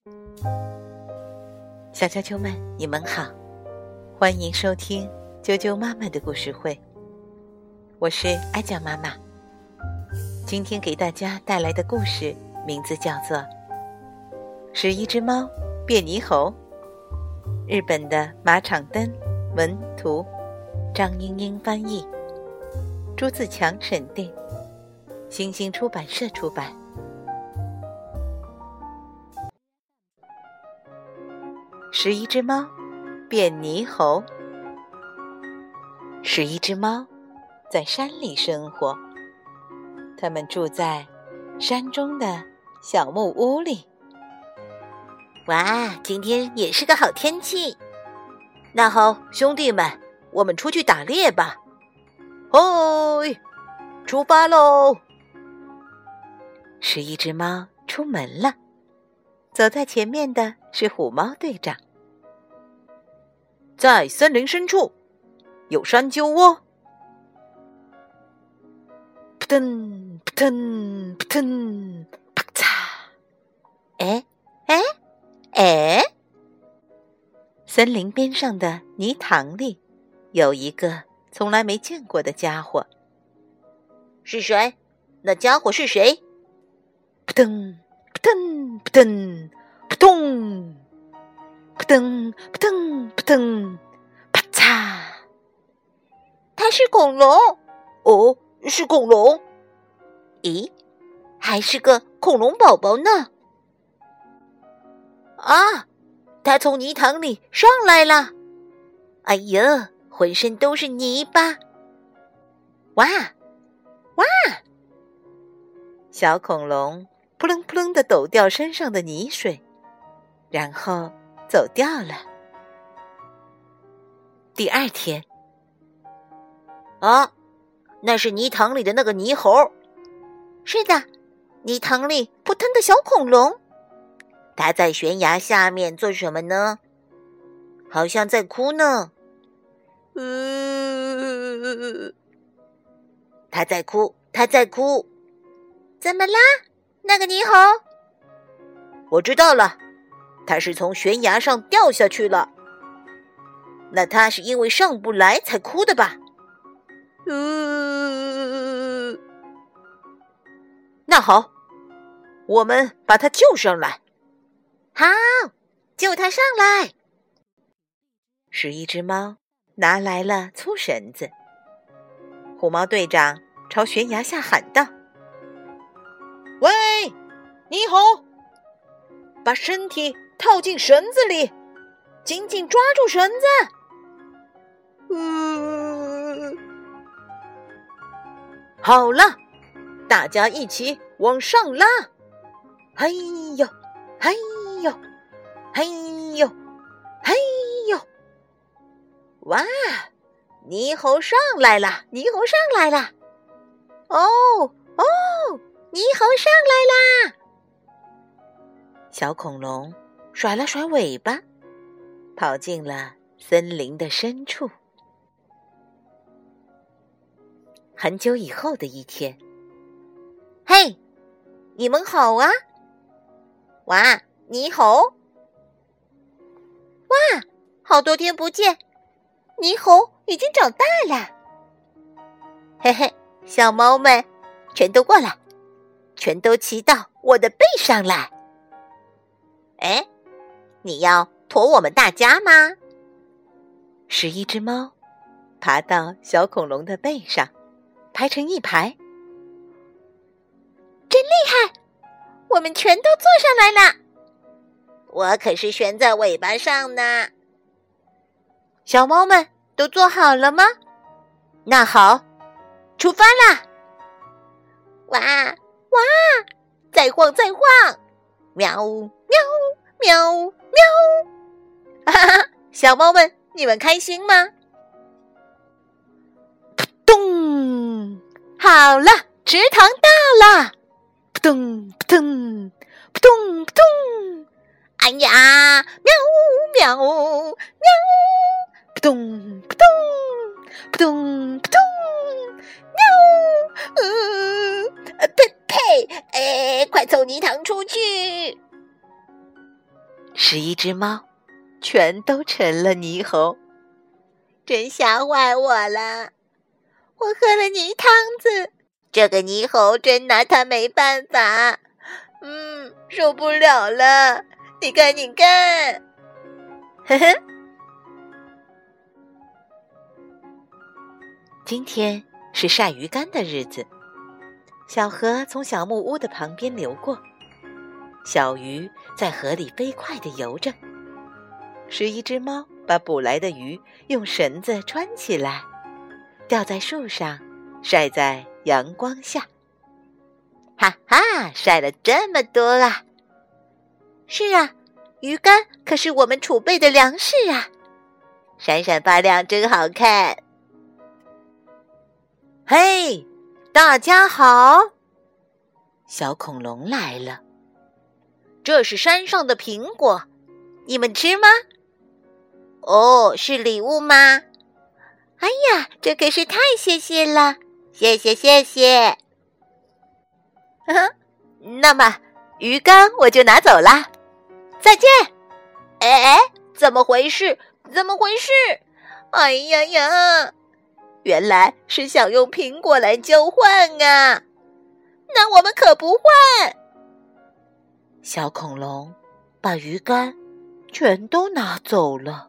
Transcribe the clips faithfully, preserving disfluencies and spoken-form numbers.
小啾啾们，你们好，欢迎收听啾啾妈妈的故事会，我是艾酱妈妈。今天给大家带来的故事名字叫做《十一只猫变猕猴》，日本的马场灯文图，张英英翻译，朱自强审定，新星出版社出版。十一只猫变猕猴。十一只猫在山里生活，它们住在山中的小木屋里。 哇，今天也是个好天气。那好，兄弟们，我们出去打猎吧。嘿，出发喽！ 十一只猫出门了，走在前面的是虎猫队长。 在森林深处有山鸠窝。 扑腾扑腾扑腾啪嚓！ 哎哎哎！ 森林边上的泥塘里有一个从来没见过的家伙。 是谁？那家伙是谁？ 扑腾扑腾扑腾扑通扑腾扑腾扑腾啪嚓！ 它是恐龙。哦，是恐龙。咦，还是个恐龙宝宝呢。啊，它从泥塘里上来了。哎呀，浑身都是泥巴。哇哇！ 小恐龙扑棱扑棱地抖掉身上的泥水，然后走掉了。第二天， 啊，那是泥塘里的那个泥猴。是的，泥塘里扑腾的小恐龙。它在悬崖下面做什么呢？好像在哭呢。呃，它在哭，它在哭。怎么啦，那个泥猴？我知道了，它是从悬崖上掉下去了。那它是因为上不来才哭的吧？呃，那好，我们把它救上来。好，救它上来。 十一只猫拿来了粗绳子。虎猫队长朝悬崖下喊道： 喂，猕猴，把身体套进绳子里，紧紧抓住绳子。呃，好了，大家一起往上拉。嘿呦嘿呦嘿呦嘿呦！哇，猕猴上来了，猕猴上来了。哦哦，猕猴上来啦！ 小恐龙甩了甩尾巴，跑进了森林的深处。很久以后的一天， 嘿，你们好啊！哇，猕猴！哇，好多天不见，猕猴已经长大了。嘿嘿，小猫们，全都过来，全都骑到我的背上来。哎，你要驮我们大家吗？ 十一只猫爬到小恐龙的背上，排成一排。 真厉害，我们全都坐上来了。我可是悬在尾巴上呢。小猫们都坐好了吗？那好，出发啦！哇哇，再晃再晃，喵喵喵喵！哈哈，小猫们，你们开心吗？ 扑通！ 好了，池塘到了！ 扑通扑通扑通扑通！ 哎呀，喵喵喵！ 扑通扑通扑通扑通！ 喵！呃，呸呸！哎，快从泥塘出去！ 十一只猫全都成了泥猴， 真吓坏我了！我喝了泥汤子，这个泥猴真拿他没办法。嗯，受不了了！你看，你看， 呵呵。今天是晒鱼干的日子，小河从小木屋的旁边流过，小鱼在河里飞快地游着。十一只猫把捕来的鱼用绳子穿起来，吊在树上，晒在阳光下。 哈哈，晒了这么多啊！是啊，鱼干可是我们储备的粮食啊，闪闪发亮，真好看。 嘿，大家好！小恐龙来了。 这是山上的苹果，你们吃吗？哦，是礼物吗？哎呀，这可是太谢谢了，谢谢谢谢。 呵呵，那么鱼干我就拿走了，再见。 哎哎，怎么回事？怎么回事？哎呀呀！原来是想用苹果来交换啊！那我们可不换。 小恐龙把鱼干全都拿走了。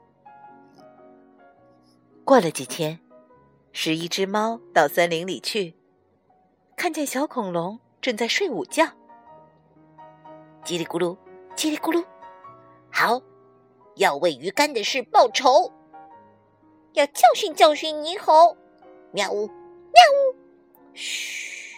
过了几天，十一只猫到森林里去，看见小恐龙正在睡午觉。 叽里咕噜，叽里咕噜，好，要为鱼干的事报仇，要教训教训泥猴。喵呜，喵呜，嘘。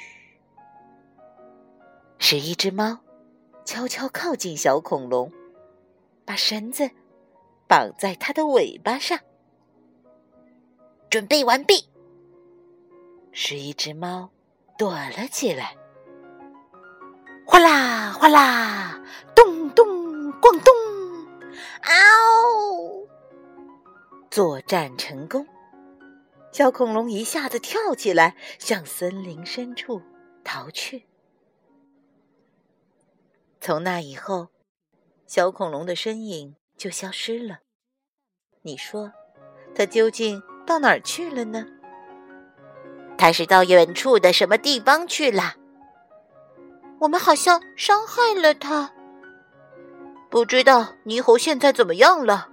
十一只猫悄悄靠近小恐龙，把绳子绑在它的尾巴上。 准备完毕。 十一只猫躲了起来。哗啦哗啦，咚咚咣咚， 嗷！ 作战成功，小恐龙一下子跳起来，向森林深处逃去。从那以后，小恐龙的身影就消失了。你说，它究竟到哪儿去了呢？ 它是到远处的什么地方去了？我们好像伤害了它。不知道泥猴现在怎么样了？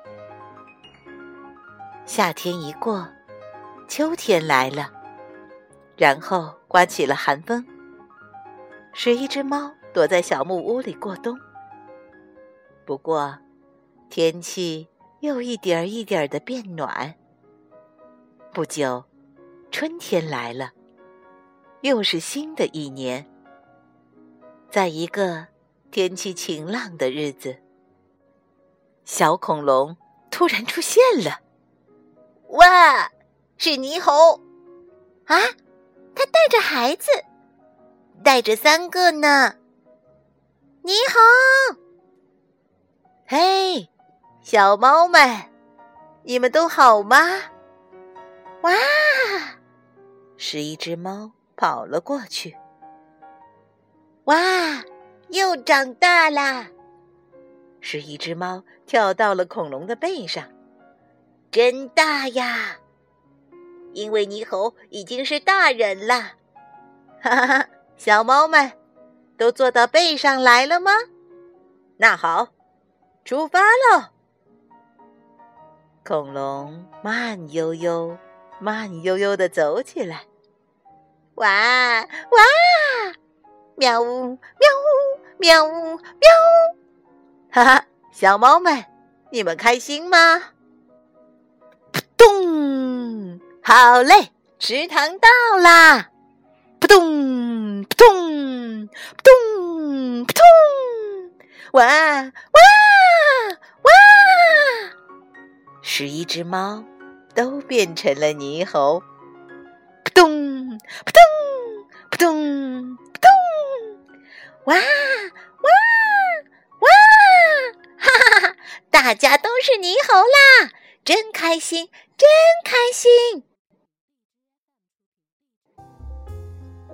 夏天一过，秋天来了，然后刮起了寒风。十一只猫躲在小木屋里过冬。不过，天气又一点儿一点儿地变暖。不久，春天来了，又是新的一年。在一个天气晴朗的日子，小恐龙突然出现了。 哇，是泥猴啊！他带着孩子，带着三个呢。泥猴， 嘿，小猫们，你们都好吗？ 哇！ 十一只猫跑了过去。 哇，又长大啦！ 十一只猫跳到了恐龙的背上。 真大呀！因为泥猴已经是大人了。 哈哈哈，小猫们都坐到背上来了吗？那好，出发喽！恐龙慢悠悠、慢悠悠地走起来。 哇哇！喵呜喵呜喵呜喵呜！ 哈哈，小猫们，你们开心吗？扑通！好嘞，池塘到啦！扑通扑通扑通扑通！哇哇哇！十一只猫都变成了泥猴。扑通扑通扑通扑通！哇哇哇！哈哈哈！大家都是泥猴啦，真开心，真开心！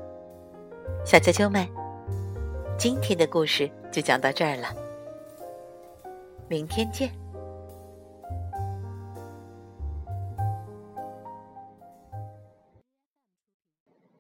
小啾啾们，今天的故事就讲到这儿了。 明天见。